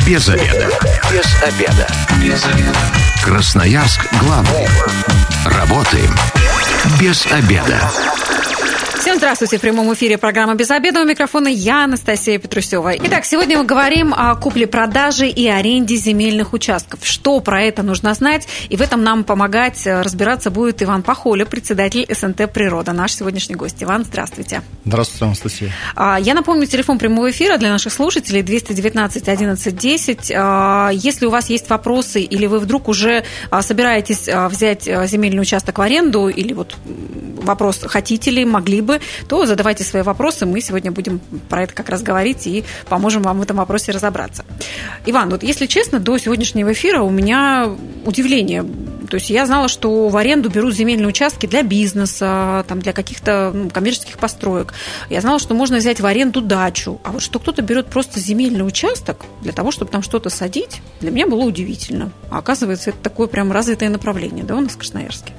Без обеда. Без обеда. Без обеда. Красноярск главный. Работаем без обеда. Всем здравствуйте. В прямом эфире программа «Без обеда». У микрофона я, Анастасия Петрусева. Итак, сегодня мы говорим о купле-продаже и аренде земельных участков. Что про это нужно знать? И в этом нам помогать разбираться будет Иван Пахоля, председатель СНТ «Природа», наш сегодняшний гость. Иван, здравствуйте. Здравствуйте, Анастасия. Я напомню, телефон прямого эфира для наших слушателей 219 11 10. Если у вас есть вопросы или вы вдруг уже собираетесь взять земельный участок в аренду, или вот вопрос, хотите ли, могли бы, то задавайте свои вопросы. Мы сегодня будем про это как раз говорить и поможем вам в этом вопросе разобраться. Иван, вот если честно, до сегодняшнего эфира у меня удивление. То есть я знала, что в аренду берут земельные участки для бизнеса, там, для каких-то коммерческих построек. Я знала, что можно взять в аренду дачу. А вот что кто-то берет просто земельный участок для того, чтобы там что-то садить, для меня было удивительно. А оказывается, это такое прям развитое направление, да, у нас в Красноярске?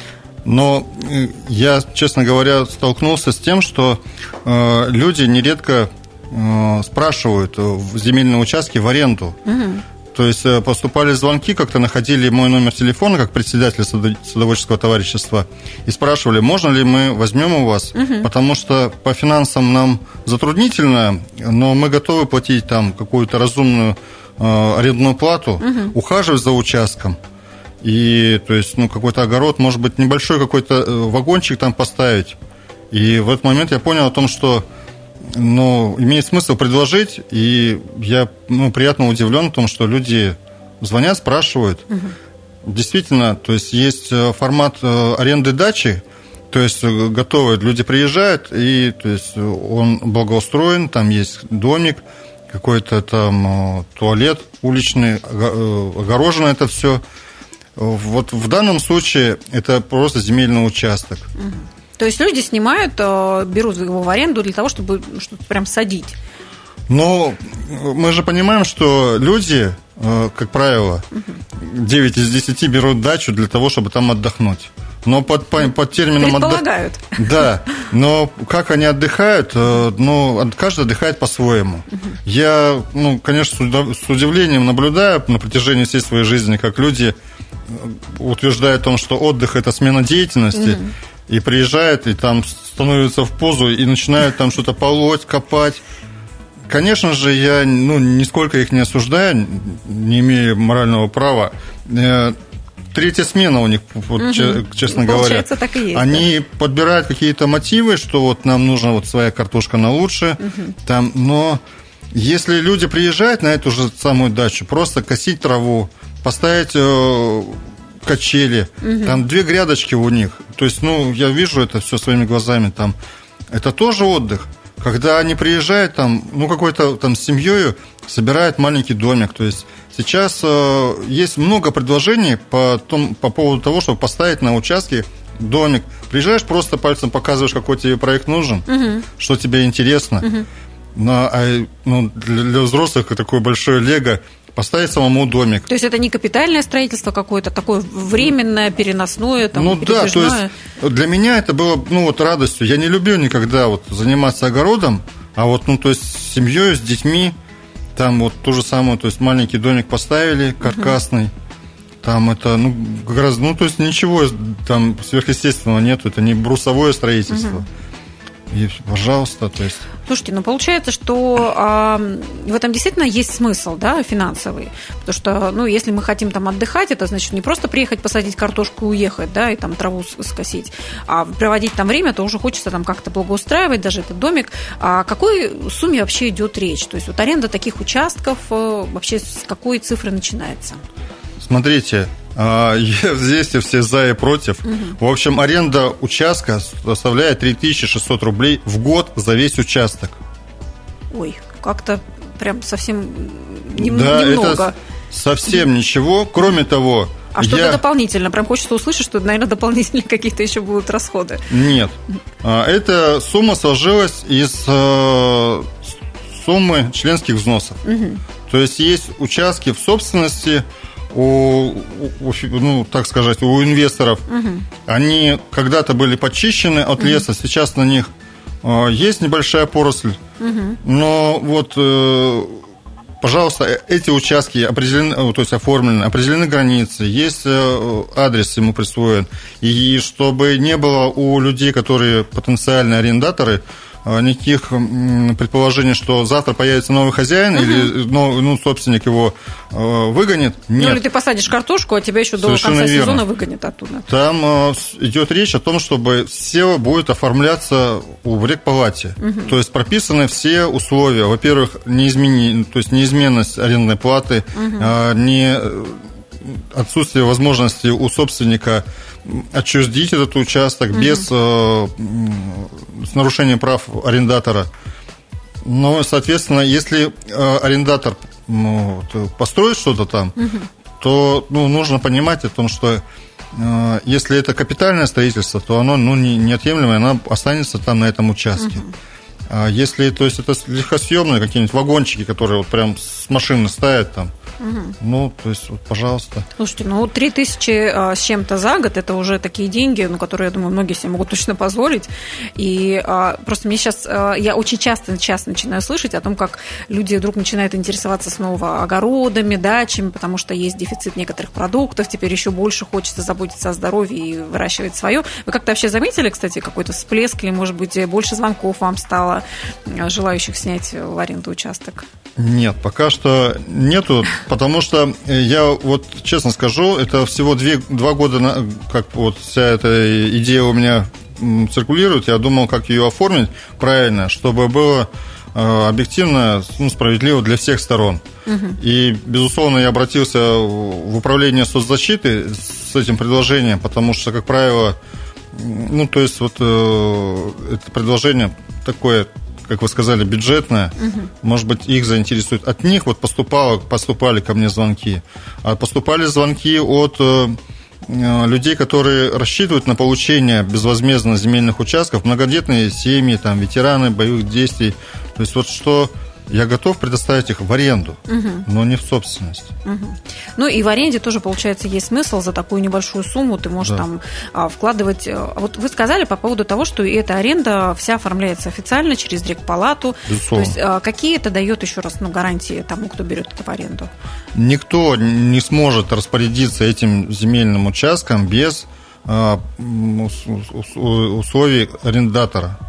Но я, честно говоря, столкнулся с тем, что люди нередко спрашивают в земельные участки в аренду. Угу. То есть поступали звонки, как-то находили мой номер телефона как председателя садоводческого товарищества и спрашивали, можно ли мы возьмем у вас, потому что по финансам нам затруднительно, но мы готовы платить там какую-то разумную арендную плату, ухаживать за участком. И, то есть, какой-то огород, может быть, небольшой какой-то вагончик там поставить. И в этот момент я понял о том, что, имеет смысл предложить, и я, приятно удивлен о том, что люди звонят, спрашивают. Действительно, то есть, есть формат аренды дачи, то есть, готовые, люди приезжают, и, то есть, он благоустроен, там есть домик, какой-то там туалет уличный, огорожено это все. Вот в данном случае это просто земельный участок. То есть люди снимают, берут его в аренду для того, чтобы что-то прям садить. Но мы же понимаем, что люди, как правило, 9 из 10 берут дачу для того, чтобы там отдохнуть. Но под термином предполагают. Да, но как они отдыхают, каждый отдыхает по-своему. Я, конечно, с удивлением наблюдаю на протяжении всей своей жизни, как люди утверждают о том, что отдых – это смена деятельности, и приезжают, и там становятся в позу, и начинают там что-то полоть, копать. Конечно же, я нисколько их не осуждаю, не имею морального права. Третья смена у них, честно говоря. Так и есть, они подбирают какие-то мотивы, что вот нам нужна вот своя картошка на лучше. Там, но если люди приезжают на эту же самую дачу, просто косить траву, поставить качели, там 2 грядочки у них. То есть, я вижу это все своими глазами. Там, это тоже отдых. Когда они приезжают, там, какой-то там с семьей собирают маленький домик. То есть сейчас есть много предложений по поводу того, чтобы поставить на участке домик. Приезжаешь, просто пальцем показываешь, какой тебе проект нужен, что тебе интересно. Для взрослых такое большое лего поставить самому домик. То есть это не капитальное строительство какое-то, такое временное, переносное, передвижное? То есть для меня это было радостью. Я не люблю никогда заниматься огородом, а то есть с семьей, с детьми, там ту же самую, то есть маленький домик поставили, каркасный, там это, как раз, то есть ничего там сверхъестественного нету, это не брусовое строительство. И, пожалуйста, то есть... Слушайте, получается, что в этом действительно есть смысл, да, финансовый. Потому что, если мы хотим там отдыхать, это значит не просто приехать, посадить картошку и уехать, да, и там траву скосить, а проводить там время, то уже хочется там как-то благоустраивать даже этот домик. О какой сумме вообще идет речь? То есть аренда таких участков вообще с какой цифры начинается? Смотрите, здесь все за и против. В общем, аренда участка составляет 3600 рублей в год за весь участок. Ой, как-то прям совсем Да, немного. Это совсем ничего. Кроме того... А что-то дополнительно? Прям хочется услышать, что, наверное, дополнительные какие-то еще будут расходы. Нет. Эта сумма сложилась из суммы членских взносов. То есть есть участки в собственности так сказать, у инвесторов. Они когда-то были почищены от леса, сейчас на них есть небольшая поросль, но пожалуйста, эти участки определены, то есть оформлены, определены границы, есть адрес ему присвоен. И чтобы не было у людей, которые потенциальные арендаторы, никаких предположений, что завтра появится новый хозяин или собственник его выгонит. Нет. Ну, или ты посадишь картошку, а тебя еще до конца сезона выгонят оттуда. Там идет речь о том, чтобы все будет оформляться в рекпалате. То есть прописаны все условия. Во-первых, неизменность арендной платы, отсутствие возможности у собственника отчуждить этот участок с нарушением прав арендатора. Но, соответственно, если арендатор построит что-то там, то нужно понимать о том, что если это капитальное строительство, то оно неотъемлемое, оно останется там на этом участке. А если, то есть, это легкосъемные какие-нибудь вагончики, которые вот прям с машины ставят там, то есть, вот, пожалуйста. Слушайте, 3000 с чем-то за год, это уже такие деньги, которые, я думаю, многие себе могут точно позволить. И просто мне сейчас, я очень часто начинаю слышать о том, как люди вдруг начинают интересоваться снова огородами, дачами, потому что есть дефицит некоторых продуктов, теперь еще больше хочется заботиться о здоровье и выращивать свое. Вы как-то вообще заметили, кстати, какой-то всплеск, или, может быть, больше звонков вам стало, желающих снять в аренду участок? Нет, пока что нету, потому что я вот честно скажу, это всего 2 года, как вот вся эта идея у меня циркулирует, я думал, как ее оформить правильно, чтобы было объективно, справедливо для всех сторон. И, безусловно, я обратился в управление соцзащиты с этим предложением, потому что, как правило, это предложение такое, как вы сказали, бюджетное, может быть, их заинтересует. От них вот поступали ко мне звонки. А поступали звонки от людей, которые рассчитывают на получение безвозмездно земельных участков, многодетные семьи, там, ветераны боевых действий. То есть, вот что я готов предоставить их в аренду, но не в собственность. Ну и в аренде тоже, получается, есть смысл. За такую небольшую сумму ты можешь там вкладывать. Вот вы сказали по поводу того, что эта аренда вся оформляется официально через рекпалату. Безусловно. То есть какие это дает еще раз гарантии тому, кто берет это в аренду? Никто не сможет распорядиться этим земельным участком без условий арендатора.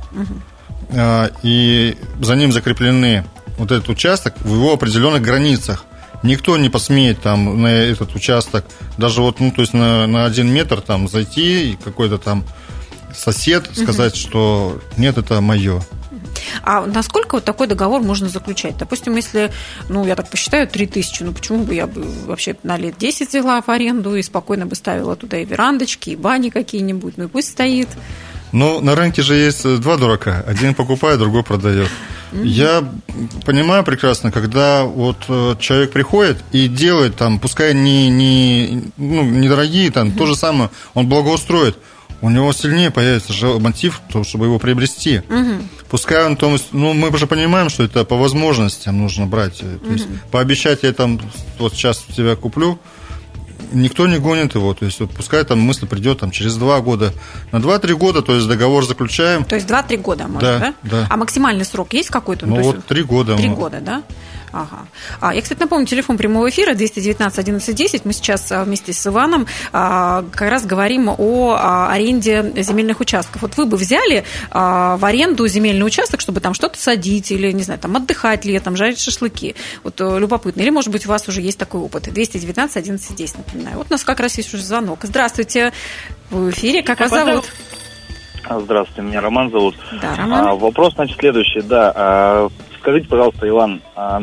И за ним закреплены вот этот участок в его определенных границах. Никто не посмеет там на этот участок даже вот, то есть на 1 метр там зайти и какой-то там сосед сказать, что нет, это мое. А насколько вот такой договор можно заключать? Допустим, если, я так посчитаю, 3000, почему бы я бы вообще на лет 10 взяла в аренду и спокойно бы ставила туда и верандочки, и бани какие-нибудь, и пусть стоит. На рынке же есть 2 дурака. Один покупает, другой продает. Я понимаю прекрасно, когда вот человек приходит и делает там, пускай недорогие, там, то же самое, он благоустроит, у него сильнее появится мотив, чтобы его приобрести. Пускай он, мы же понимаем, что это по возможностям нужно брать. То есть пообещать, я там вот сейчас тебя куплю, никто не гонит его, то есть вот пускай там мысль придет там, через 2 года. На 2-3 года, то есть договор заключаем. То есть 2-3 года можно, да? Да. А максимальный срок есть какой-то? 3 года. 3 года, да? Ага. Я, кстати, напомню, телефон прямого эфира 219-11-10. Мы сейчас вместе с Иваном как раз говорим о аренде земельных участков. Вот вы бы взяли в аренду земельный участок, чтобы там что-то садить или, не знаю, там отдыхать летом, жарить шашлыки. Вот любопытно. Или, может быть, у вас уже есть такой опыт. 219-11-10, напоминаю. Вот у нас как раз есть уже звонок. Здравствуйте. Вы в эфире. Как вас зовут? Здравствуйте, меня Роман зовут. Да, Роман. Вопрос, следующий. Да, скажите, пожалуйста, Иван,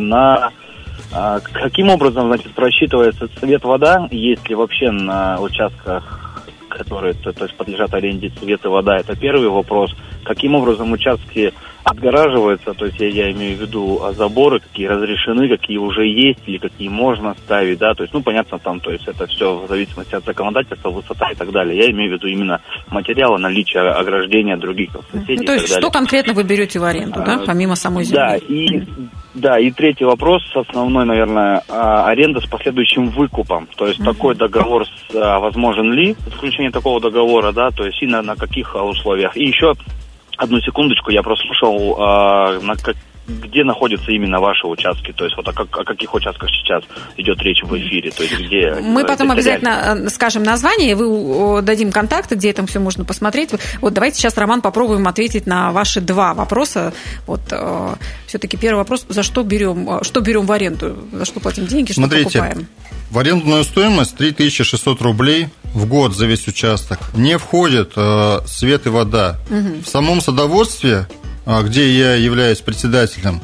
каким образом, просчитывается цвет вода, есть ли вообще на участках, которые подлежат аренде, цвет и вода? Это первый вопрос. Каким образом участки отгораживаются, то есть я имею в виду заборы, какие разрешены, какие уже есть или какие можно ставить, да, то есть, понятно, там, то есть это все в зависимости от законодательства, высота и так далее. Я имею в виду именно материала, наличие ограждения других соседей. То есть, что конкретно вы берете в аренду, да, помимо самой земли? Да, и третий вопрос, основной, наверное, аренда с последующим выкупом. То есть такой договор возможен ли, заключение такого договора, да, то есть и на каких условиях. И еще одну секундочку, я прослушал, где находятся именно ваши участки? То есть вот о каких участках сейчас идет речь в эфире? То есть где? Мы потом обязательно скажем название, вы дадим контакты, где это все можно посмотреть. Вот давайте сейчас, Роман, попробуем ответить на ваши два вопроса. Вот все-таки первый вопрос: за что берем в аренду? За что платим деньги, что покупаем? В арендную стоимость 3600 рублей в год за весь участок. Не входит свет и вода. Угу. В самом садоводстве, где я являюсь председателем,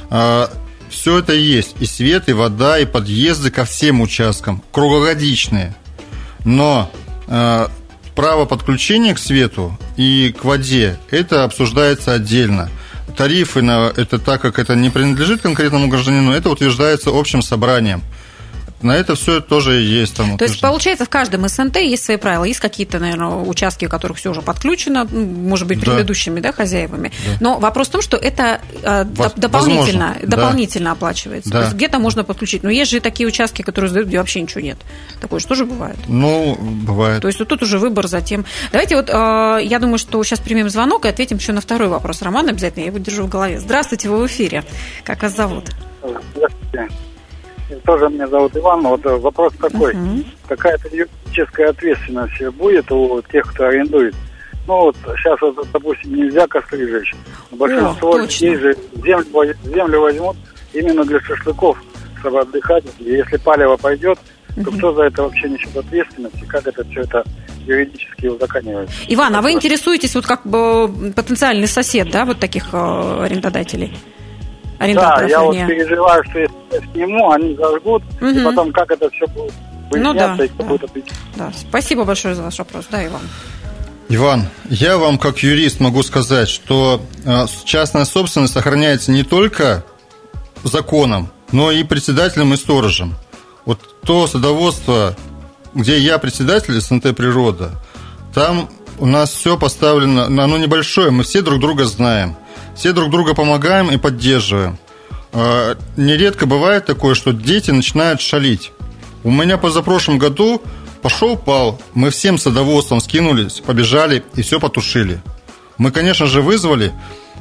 все это есть. И свет, и вода, и подъезды ко всем участкам, круглогодичные. Но право подключения к свету и к воде, это обсуждается отдельно. Тарифы, это так как это не принадлежит конкретному гражданину, это утверждается общим собранием. На это все тоже есть. Там, то есть, получается, в каждом СНТ есть свои правила. Есть какие-то, наверное, участки, у которых все уже подключено, может быть, предыдущими хозяевами. Да. Но вопрос в том, что это дополнительно оплачивается. Да. То есть где-то можно подключить. Но есть же такие участки, которые сдают, где вообще ничего нет. Такое же тоже бывает. Ну, бывает. То есть вот тут уже выбор за тем. Давайте вот, я думаю, что сейчас примем звонок и ответим еще на второй вопрос. Роман, обязательно, я его держу в голове. Здравствуйте, вы в эфире. Как вас зовут? Здравствуйте. Тоже меня зовут Иван. Вот вопрос такой. Какая-то юридическая ответственность будет у тех, кто арендует? Ну, вот сейчас, вот, допустим, нельзя костры жечь. Большинство людей же землю возьмут именно для шашлыков, чтобы отдыхать. И если палево пойдет, то кто за это вообще несет ответственность? И как это все это юридически узаконивается? Иван, а вы интересуетесь вот как бы потенциальный сосед, да, вот таких арендодателей? Да, я вот переживаю, что если я сниму, они зажгут, и потом как это все будет выясняться, и кто будет отвечать. Да. Спасибо большое за ваш вопрос. Да, Иван? Иван, я вам как юрист могу сказать, что частная собственность охраняется не только законом, но и председателем и сторожем. Вот то садоводство, где я председатель СНТ «Природа», там у нас все поставлено, оно небольшое, мы все друг друга знаем. Все друг друга помогаем и поддерживаем. Нередко бывает такое, что дети начинают шалить. У меня позапрошлом году пал, мы всем садоводством скинулись, побежали и все потушили. Мы, конечно же, вызвали.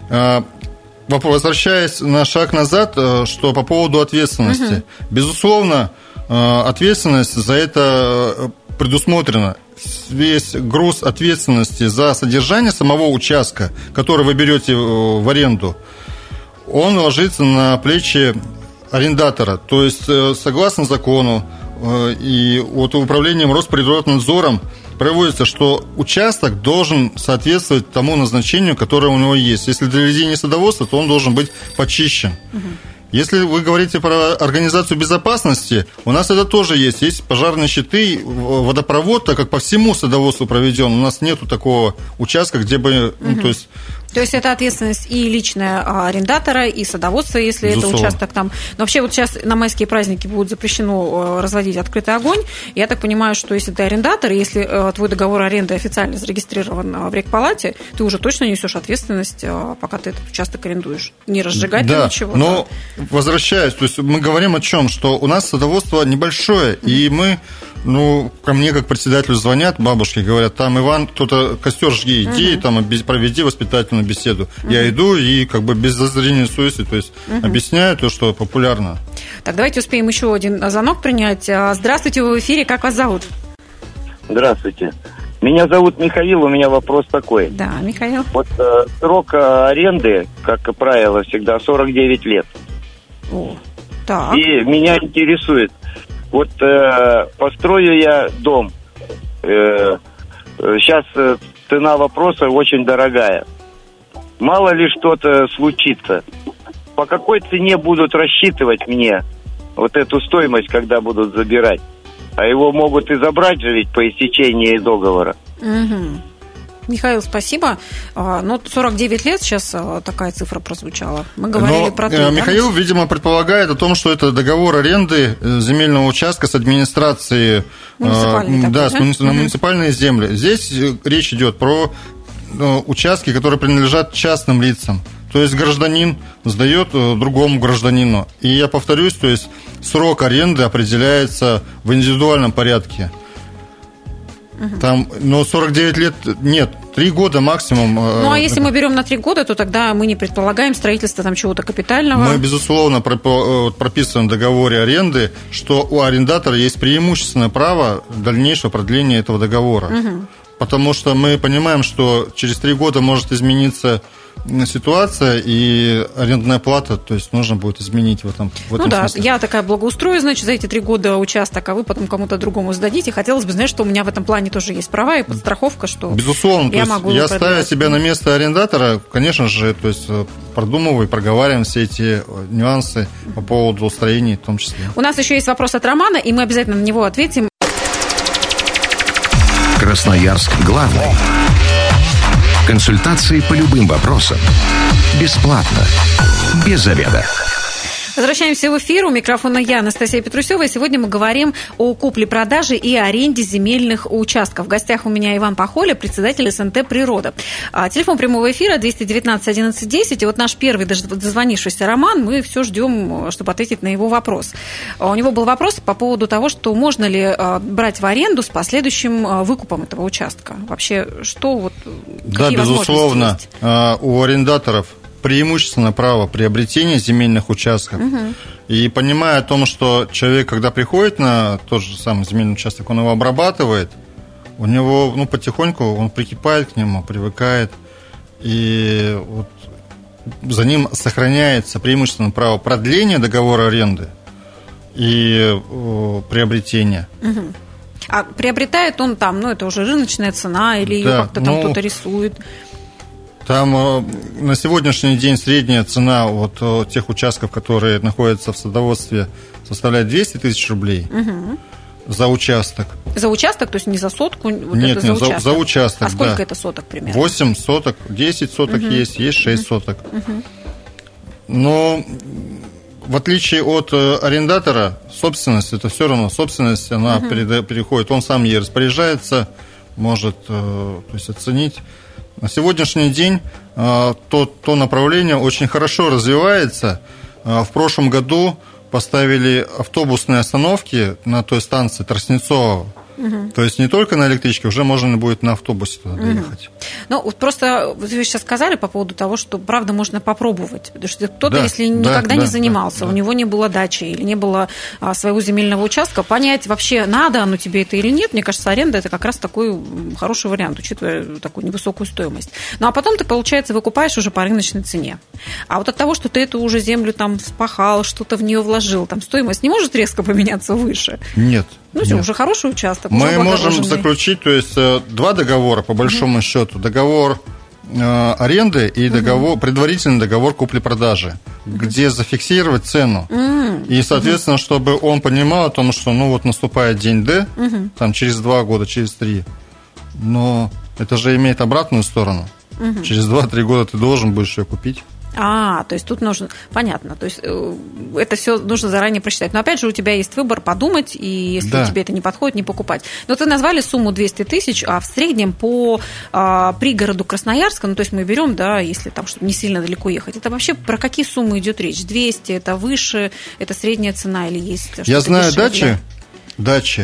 Возвращаясь на шаг назад, что по поводу ответственности. Безусловно, ответственность за это предусмотрена. Весь груз ответственности за содержание самого участка, который вы берете в аренду, он ложится на плечи арендатора. То есть, согласно закону и вот управлением Росприроднадзором проводится, что участок должен соответствовать тому назначению, которое у него есть. Если для ведения садоводства, то он должен быть почищен. Если вы говорите про организацию безопасности, у нас это тоже есть. Есть пожарные щиты, водопровод, так как по всему садоводству проведен. У нас нету такого участка, где бы... То есть это ответственность и личная арендатора, и садоводства, если безусловно. Это участок там. Но вообще вот сейчас на майские праздники будет запрещено разводить открытый огонь. Я так понимаю, что если ты арендатор, если твой договор аренды официально зарегистрирован в рекпалате, ты уже точно несешь ответственность, пока ты этот участок арендуешь. Не разжигать ничего. Но возвращаясь, то есть мы говорим о чем? Что у нас садоводство небольшое, и мы... ко мне как председателю звонят, бабушки говорят, там, Иван, кто-то костер жги, иди, там, проведи воспитательную беседу. Я иду и как бы без зазрения совести, то есть объясняю то, что популярно. Так, давайте успеем еще один звонок принять. Здравствуйте, вы в эфире, как вас зовут? Здравствуйте. Меня зовут Михаил, у меня вопрос такой. Да, Михаил. Вот срок аренды, как правило, всегда 49 лет. О, так. И меня интересует, вот построю я дом. Сейчас цена вопроса очень дорогая. Мало ли что-то случится. По какой цене будут рассчитывать мне вот эту стоимость, когда будут забирать? А его могут и забрать же ведь по истечении договора. Михаил, спасибо. 49 лет сейчас такая цифра прозвучала. Мы говорили про 3. Михаил, видимо, предполагает о том, что это договор аренды земельного участка с администрацией, на муниципальные земли. Здесь речь идет про участки, которые принадлежат частным лицам. То есть гражданин сдает другому гражданину. И я повторюсь, то есть срок аренды определяется в индивидуальном порядке. Там, но 49 лет нет. 3 года максимум. Ну, а если мы берем на 3 года, то тогда мы не предполагаем строительство там чего-то капитального. Мы, безусловно, прописываем в договоре аренды, что у арендатора есть преимущественное право дальнейшего продления этого договора. Угу. Потому что мы понимаем, что через 3 года может измениться ситуация, и арендная плата, то есть нужно будет изменить в этом смысле. Я такая благоустрою, значит, за эти 3 года участок, а вы потом кому-то другому сдадите. Хотелось бы, что у меня в этом плане тоже есть права и подстраховка, что безусловно, я могу я ставя себя на место арендатора, конечно же, то есть продумываю и проговариваем все эти нюансы по поводу строений в том числе. У нас еще есть вопрос от Романа, и мы обязательно на него ответим. Красноярск главный. Консультации по любым вопросам. Бесплатно. Без заведа. Возвращаемся в эфир. У микрофона я, Анастасия Петрусева. И сегодня мы говорим о купле-продаже и аренде земельных участков. В гостях у меня Иван Пахоля, председатель СНТ «Природа». Телефон прямого эфира 219 11 10. И вот наш первый дозвонившийся Роман, мы все ждем, чтобы ответить на его вопрос. У него был вопрос по поводу того, что можно ли брать в аренду с последующим выкупом этого участка. Вообще, что да, безусловно, у арендаторов преимущественно право приобретения земельных участков. Угу. И понимая о том, что человек, когда приходит на тот же самый земельный участок, он его обрабатывает, у него потихоньку он прикипает к нему, привыкает, и за ним сохраняется преимущественно право продления договора аренды и приобретения. Угу. А приобретает он там, это уже рыночная цена, или ее как-то там кто-то рисует? Там на сегодняшний день средняя цена тех участков, которые находятся в садоводстве, составляет 200 тысяч рублей за участок. За участок, то есть не за сотку? Нет, за участок. А сколько это соток примерно? 8 соток, 10 соток есть 6 соток. Но в отличие от арендатора, собственность, это все равно собственность, она переходит, он сам ей распоряжается, может оценить. На сегодняшний день то направление очень хорошо развивается. В прошлом году поставили автобусные остановки на той станции Тростницова. Угу. То есть не только на электричке, уже можно будет на автобусе туда доехать. Просто вы сейчас сказали по поводу того, что, правда, можно попробовать. Потому что кто-то, если никогда не занимался, у него не было дачи или не было своего земельного участка, понять вообще, надо оно тебе это или нет, мне кажется, аренда – это как раз такой хороший вариант, учитывая такую невысокую стоимость. А потом ты, получается, выкупаешь уже по рыночной цене. А от того, что ты эту уже землю там вспахал, что-то в нее вложил, там стоимость не может резко поменяться выше? Нет. Уже хороший участок. Мы можем заключить, то есть 2 договора, по большому счету. Договор аренды и предварительный договор купли-продажи, где зафиксировать цену. И, соответственно, чтобы он понимал о том, что наступает день Д, там через 2 года, через 3. Но это же имеет обратную сторону. Через 2-3 года ты должен будешь ее купить. То есть тут нужно... Понятно. То есть это все нужно заранее просчитать. Но опять же у тебя есть выбор подумать, и если тебе это не подходит, не покупать. Но ты назвали сумму 200 тысяч, а в среднем по пригороду Красноярска, то есть мы берем, если там, чтобы не сильно далеко ехать, это вообще про какие суммы идет речь? 200, это выше, это средняя цена или есть? Я знаю дачи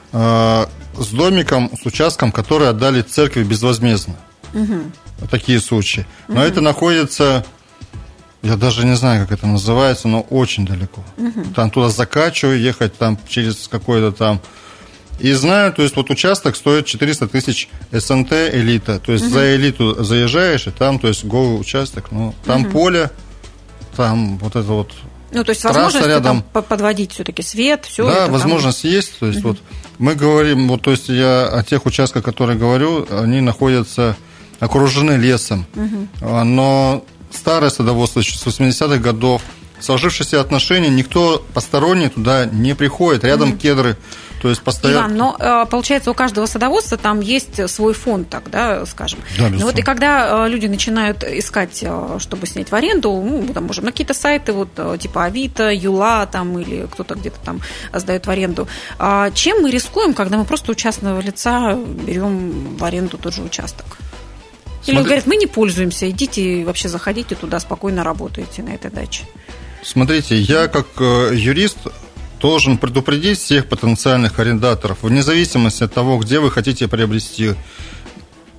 с домиком, с участком, которые отдали церкви безвозмездно. Такие случаи. Но это находится... Я даже не знаю, как это называется, но очень далеко. Там туда закачиваю, ехать там через какой-то там... И знаю, то есть участок стоит 400 тысяч СНТ элита. То есть за элиту заезжаешь, и там, то есть голый участок, там поле, там это то есть возможность рядом подводить все-таки свет, все. Да, возможность там... есть. То есть мы говорим, то есть я о тех участках, которые говорю, они находятся, окружены лесом. Но старое садоводство еще с 80-х годов, сложившиеся отношения, никто посторонний туда не приходит. Рядом кедры, то есть постоянно... Иван, но получается, у каждого садоводства там есть свой фонд, скажем. Да, безусловно. И когда люди начинают искать, чтобы снять в аренду, там, можем на какие-то сайты, типа Авито, Юла, там, или кто-то где-то там сдает в аренду. Чем мы рискуем, когда мы просто у частного лица берем в аренду тот же участок? Или говорят, мы не пользуемся, идите вообще заходите туда, спокойно работаете на этой даче. Смотрите, я как юрист должен предупредить всех потенциальных арендаторов, вне зависимости от того, где вы хотите приобрести. В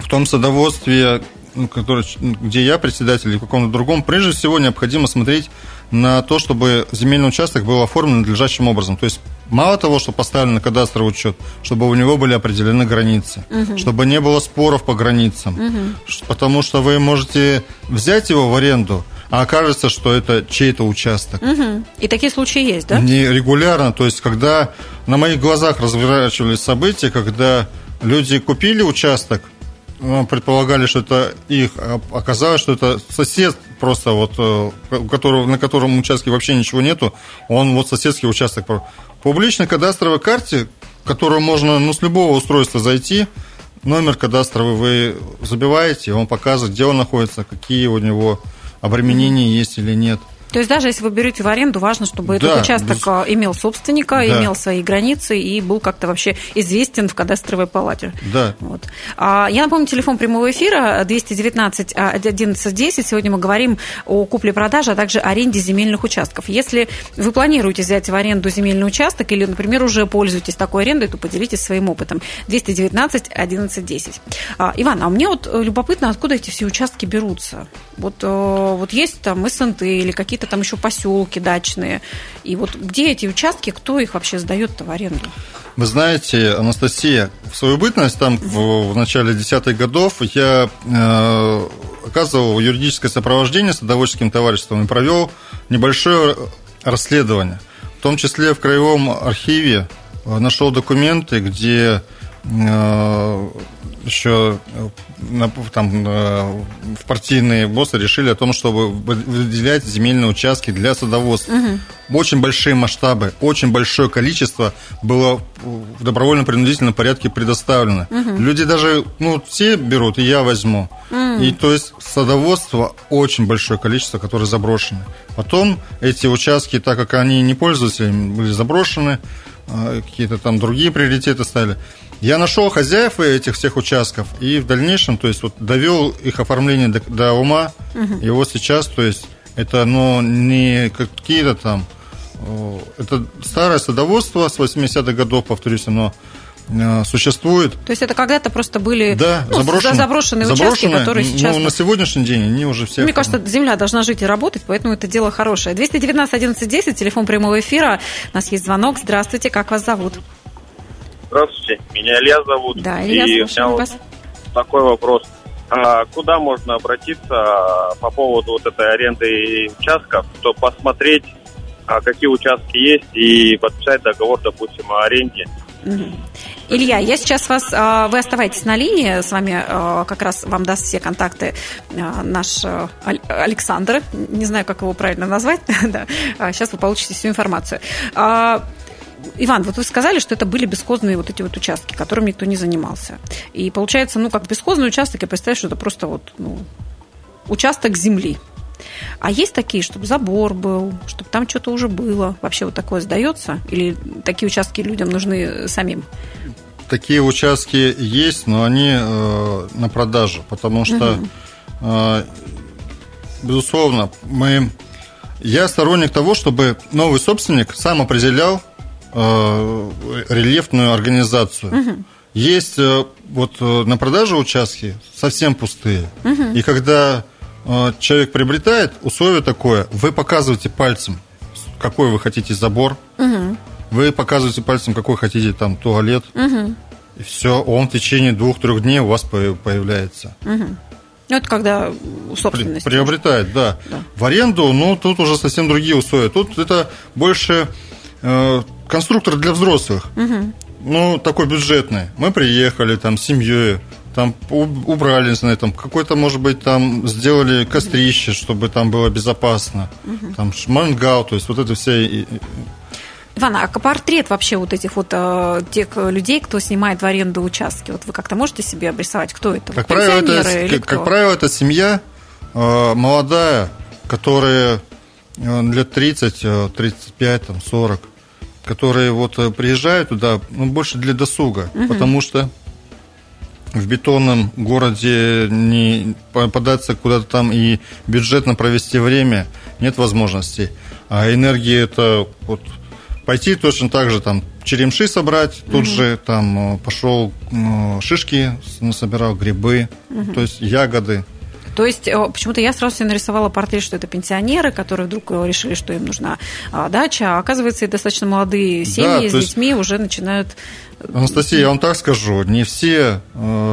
том садоводстве, где я председатель или в каком-то другом, прежде всего необходимо смотреть на то, чтобы земельный участок был оформлен надлежащим образом. То есть мало того, что поставлен на кадастровый учет, чтобы у него были определены границы, чтобы не было споров по границам, потому что вы можете взять его в аренду, а окажется, что это чей-то участок. И такие случаи есть, да? Нерегулярно, то есть когда на моих глазах разворачивались события, когда люди купили участок, предполагали, что это их, оказалось, что это сосед просто вот, на котором участке вообще ничего нету, он вот соседский участок. По публичной кадастровой карте, в которую можно с любого устройства зайти, номер кадастровый вы забиваете, он показывает, где он находится, какие у него обременения есть или нет. То есть даже если вы берете в аренду, важно, чтобы этот участок имел собственника, имел свои границы и был как-то вообще известен в кадастровой палате. Да. Вот. Я напомню, телефон прямого эфира 219 11 10. Сегодня мы говорим о купле-продаже, а также аренде земельных участков. Если вы планируете взять в аренду земельный участок или, например, уже пользуетесь такой арендой, то поделитесь своим опытом. 219 11 10. Иван, а мне вот любопытно, откуда эти все участки берутся? Вот есть там СНТ или какие-то там еще поселки дачные. И вот где эти участки, кто их вообще сдает-то в аренду? Вы знаете, Анастасия, в свою бытность, там в начале 10-х годов я оказывал юридическое сопровождение садоводческим товариществом и провел небольшое расследование. В том числе в Краевом архиве нашел документы, где еще там в партийные боссы решили о том, чтобы выделять земельные участки для садоводства. Очень большие масштабы, очень большое количество было в добровольно-принудительном порядке предоставлено. Люди даже, все берут, и я возьму. И то есть садоводство очень большое количество, которое заброшено. Потом эти участки, так как они не пользуются, были заброшены, какие-то там другие приоритеты стали. Я нашел хозяев этих всех участков и в дальнейшем, то есть довел их оформление до ума. И вот сейчас, то есть это, не какие-то там, это старое садоводство с 80-х годов, повторюсь, оно существует. То есть это когда-то просто были заброшенные участки, которые сейчас... на сегодняшний день они уже все... Мне кажется, земля должна жить и работать, поэтому это дело хорошее. 219 11 10, телефон прямого эфира. У нас есть звонок. Здравствуйте, как вас зовут? Здравствуйте, меня Илья зовут. Да, Илья, и у меня вас. Такой вопрос. Куда можно обратиться по поводу вот этой аренды участков, чтобы посмотреть, какие участки есть, и подписать договор, допустим, о аренде? Илья, я сейчас вас... Вы оставайтесь на линии, с вами как раз вам даст все контакты наш Александр. Не знаю, как его правильно назвать. Да. Сейчас вы получите всю информацию. Иван, вот вы сказали, что это были бесхозные вот эти вот участки, которыми никто не занимался. И получается, как бесхозный участок, я представляю, что это просто участок земли. А есть такие, чтобы забор был, чтобы там что-то уже было? Вообще вот такое сдается? Или такие участки людям нужны самим? Такие участки есть, но они на продажу, потому что, безусловно, я сторонник того, чтобы новый собственник сам определял рельефную организацию. Есть на продажу участки совсем пустые. И когда человек приобретает, условие такое: вы показываете пальцем, какой вы хотите забор, вы показываете пальцем, какой хотите там туалет, и все, он в течение 2-3 дней у вас появляется. Это когда собственность. Приобретает, да. В аренду, тут уже совсем другие условия. Тут это больше конструктор для взрослых. Такой бюджетный. Мы приехали там с семьей, там убрали, там какой-то, может быть, там сделали кострище, чтобы там было безопасно. Там мангал, то есть вот это все. Иван, а портрет вообще вот этих вот тех людей, кто снимает в аренду участки, вот вы как-то можете себе обрисовать, кто это? Как правило, это семья молодая, которая лет 30, 35, 40, которые приезжают туда, больше для досуга, потому что в бетонном городе не податься куда-то там и бюджетно провести время нет возможности. А энергия это пойти точно так же там черемши собрать, тут же там пошел шишки, насобирал грибы, то есть ягоды. То есть почему-то я сразу себе нарисовала портрет, что это пенсионеры, которые вдруг решили, что им нужна дача, а оказывается, и достаточно молодые семьи с детьми уже начинают... Анастасия, я вам так скажу, не все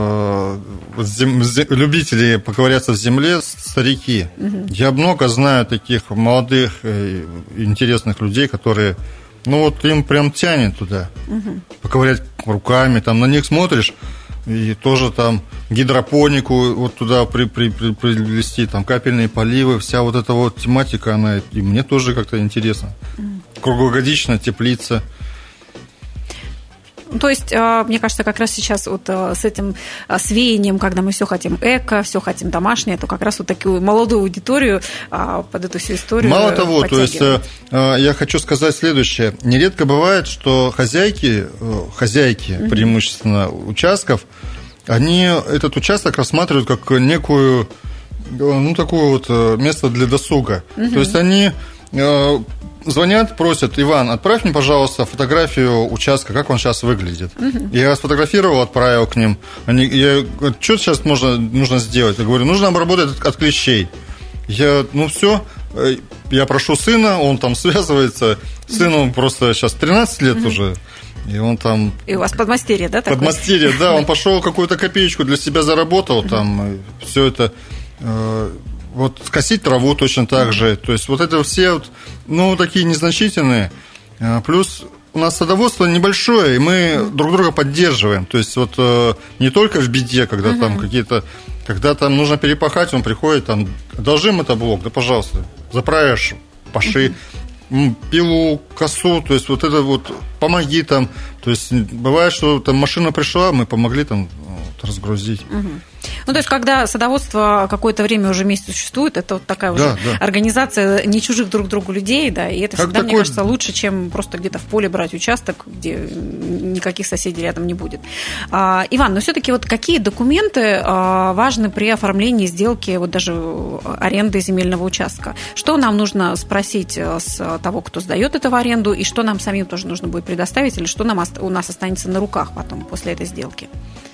любители поковыряться в земле старики. Я много знаю таких молодых, интересных людей, которые, ну вот им прям тянет туда, поковырять руками, там на них смотришь, и тоже там гидропонику вот туда привести, там капельные поливы, вся вот эта вот тематика, она и мне тоже как-то интересно. Круглогодично теплица. То есть, мне кажется, как раз сейчас вот с этим свеянием, когда мы все хотим эко, все хотим домашнее, то как раз вот такую молодую аудиторию под эту всю историю мало того, то есть я хочу сказать следующее. Нередко бывает, что хозяйки преимущественно участков, они этот участок рассматривают как некую, ну, такое вот место для досуга. То есть они... звонят, просят: Иван, отправь мне, пожалуйста, фотографию участка, как он сейчас выглядит. Я сфотографировал, отправил к ним. Я говорю: что сейчас нужно сделать? Я говорю: нужно обработать от клещей. Все, я прошу сына, он там связывается. Сыну просто сейчас 13 лет уже. И он там... И у вас подмастерье, да? Подмастерье, да. Он пошел какую-то копеечку для себя заработал, там, все это... Вот скосить траву точно так же. То есть вот это все вот, ну, такие незначительные. Плюс у нас садоводство небольшое, и мы друг друга поддерживаем. То есть вот не только в беде, когда там какие-то... Когда там нужно перепахать, он приходит, там, одолжи мотоблок, да, пожалуйста, заправишь, паши, пилу, косу, то есть вот это вот помоги там. То есть бывает, что там машина пришла, мы помогли там разгрузить. Ну, то есть, когда садоводство какое-то время уже вместе существует, это вот такая уже организация не чужих друг другу людей, да, и это всегда, мне кажется, лучше, чем просто где-то в поле брать участок, где никаких соседей рядом не будет. Иван, но все-таки вот какие документы важны при оформлении сделки, вот даже аренды земельного участка? Что нам нужно спросить с того, кто сдает это в аренду, и что нам самим тоже нужно будет предоставить, или что у нас останется на руках потом после этой сделки?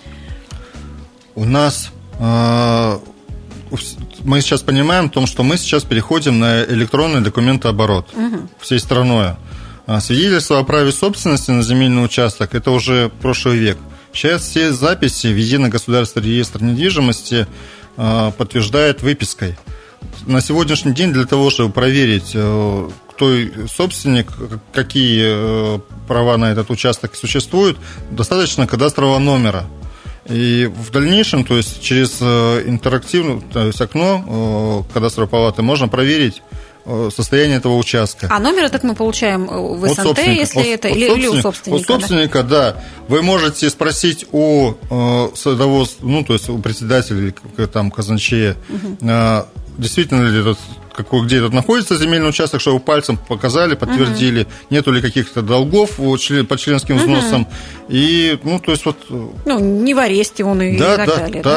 У нас... мы сейчас понимаем о том, что мы сейчас переходим на электронный документооборот всей страной. Свидетельство о праве собственности на земельный участок – это уже прошлый век. Сейчас все записи в Единый государственный реестр недвижимости подтверждают выпиской. На сегодняшний день для того, чтобы проверить, кто собственник, какие права на этот участок существуют, достаточно кадастрового номера. И в дальнейшем, то есть через интерактивное, то есть окно кадастровой палаты, можно проверить состояние этого участка. А номер этот мы получаем в СНТ, если это, или у собственника? У собственника, да. Вы можете спросить у садоводства, ну, то есть у председателя или там казначея, действительно ли этот, где этот находится земельный участок, чтобы пальцем показали, подтвердили, нету ли каких-то долгов по членским взносам. И, ну, то есть вот... Ну, не в аресте он и так далее. Да.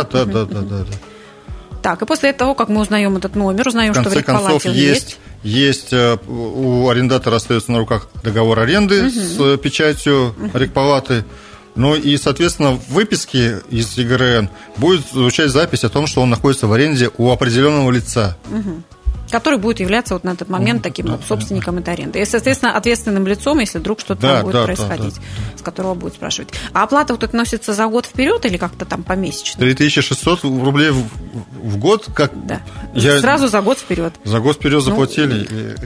Так, и после того, как мы узнаем этот номер, узнаем, что в рекпалате он есть. Есть у арендатора остается на руках договор аренды с печатью рекпалаты. Ну и, соответственно, в выписке из ЕГРН будет звучать запись о том, что он находится в аренде у определенного лица. Который будет являться вот на этот момент таким вот собственником этой аренды. И, соответственно, ответственным лицом, если вдруг что-то будет происходить, с которого будет спрашивать. А оплата вот относится за год вперед или как-то там помесячно? 3600 рублей в год? Как? Да. Сразу за год вперед. За год вперед заплатили.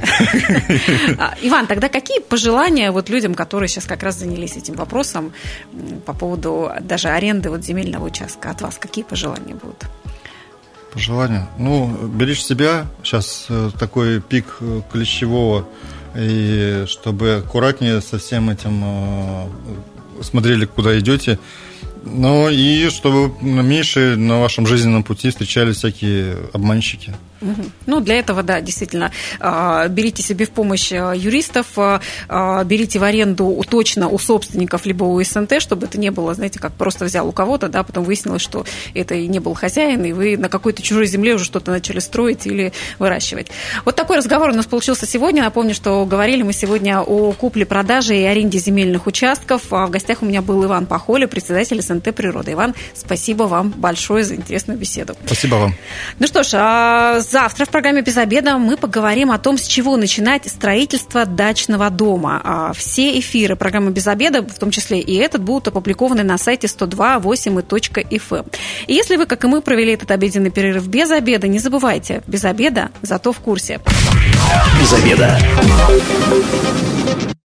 Иван, тогда какие пожелания вот людям, которые сейчас как раз занялись этим вопросом по поводу даже аренды вот земельного участка? От вас какие пожелания будут? Пожелания? Ну, беречь себя. Сейчас такой пик клещевого. И чтобы аккуратнее со всем этим смотрели, куда идете. Ну, и чтобы меньше на вашем жизненном пути встречались всякие обманщики. Ну, для этого, да, действительно, берите себе в помощь юристов, берите в аренду точно у собственников либо у СНТ, чтобы это не было, знаете, как просто взял у кого-то, да, потом выяснилось, что это и не был хозяин, и вы на какой-то чужой земле уже что-то начали строить или выращивать. Вот такой разговор у нас получился сегодня. Напомню, что говорили мы сегодня о купле-продаже и аренде земельных участков. В гостях у меня был Иван Пахоля, председатель СНТ «Природа». Иван, спасибо вам большое за интересную беседу. Спасибо вам. Ну что ж, завтра в программе «Без обеда» мы поговорим о том, с чего начинать строительство дачного дома. Все эфиры программы «Без обеда», в том числе и этот, будут опубликованы на сайте 102.8.fm. И если вы, как и мы, провели этот обеденный перерыв без обеда, не забывайте, без обеда, зато в курсе. Без обеда.